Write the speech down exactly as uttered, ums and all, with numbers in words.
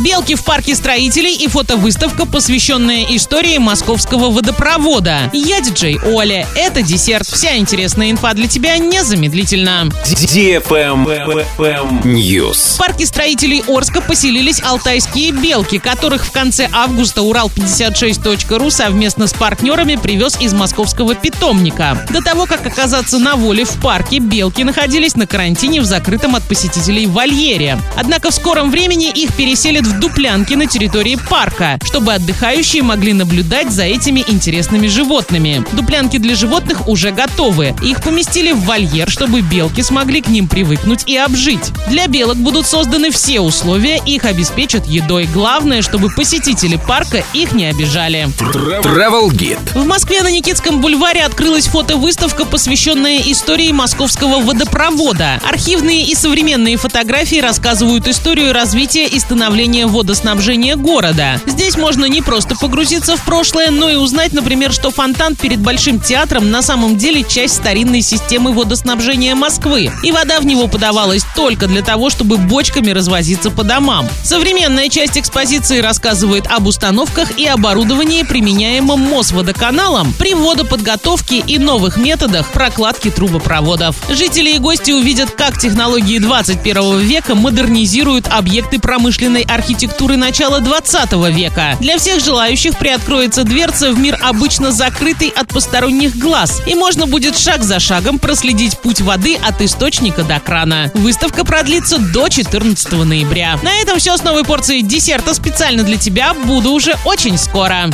белки в парке строителей и фотовыставка, посвященная истории московского водопровода. Я диджей Оля. Это десерт. Вся интересная инфа для тебя незамедлительно. News. В парке строителей Орска поселились алтайские белки, которых в конце августа Урал пятьдесят шесть точка ру совместно с партнерами привез из московского питомника. До того, как оказаться на воле в парке, белки находились на карантине в закрытом от посетителей вольере. Однако в скором времени их переселят в дуплянки на территории парка, чтобы отдыхающие могли наблюдать за этими интересными животными. Дуплянки для животных уже готовы. Их поместили в вольер, чтобы белки смогли к ним привыкнуть и обжить. Для белок будут созданы все условия, их обеспечат едой. Главное, чтобы посетители парка их не обижали. Travel Guide. В Москве на Никитском бульваре открылась фотовыставка, посвященная истории московского водопровода. Архивные и современные фотографии рассказывают историю развития и становления водоснабжения города. Здесь можно не просто погрузиться в прошлое, но и узнать, например, что фонтан перед Большим театром на самом деле часть старинной системы водоснабжения Москвы, и вода в него подавалась только для того, чтобы бочками развозиться по домам. Современная часть экспозиции рассказывает об установках и оборудовании, применяемом Мосводоканалом при водоподготовке и новых методах прокладки трубопроводов. Жители и гости увидят, как технологии двадцать первого века модернизируют объекты промышленной архитектуры начала двадцатого века. Для всех желающих приоткроется дверца в мир, обычно закрытый от посторонних глаз, и можно будет шаг за шагом проследить путь воды от источника до крана. Выставка продлится до четырнадцатого ноября. На этом все с новой порцией десерта специально для тебя. Буду уже очень скоро.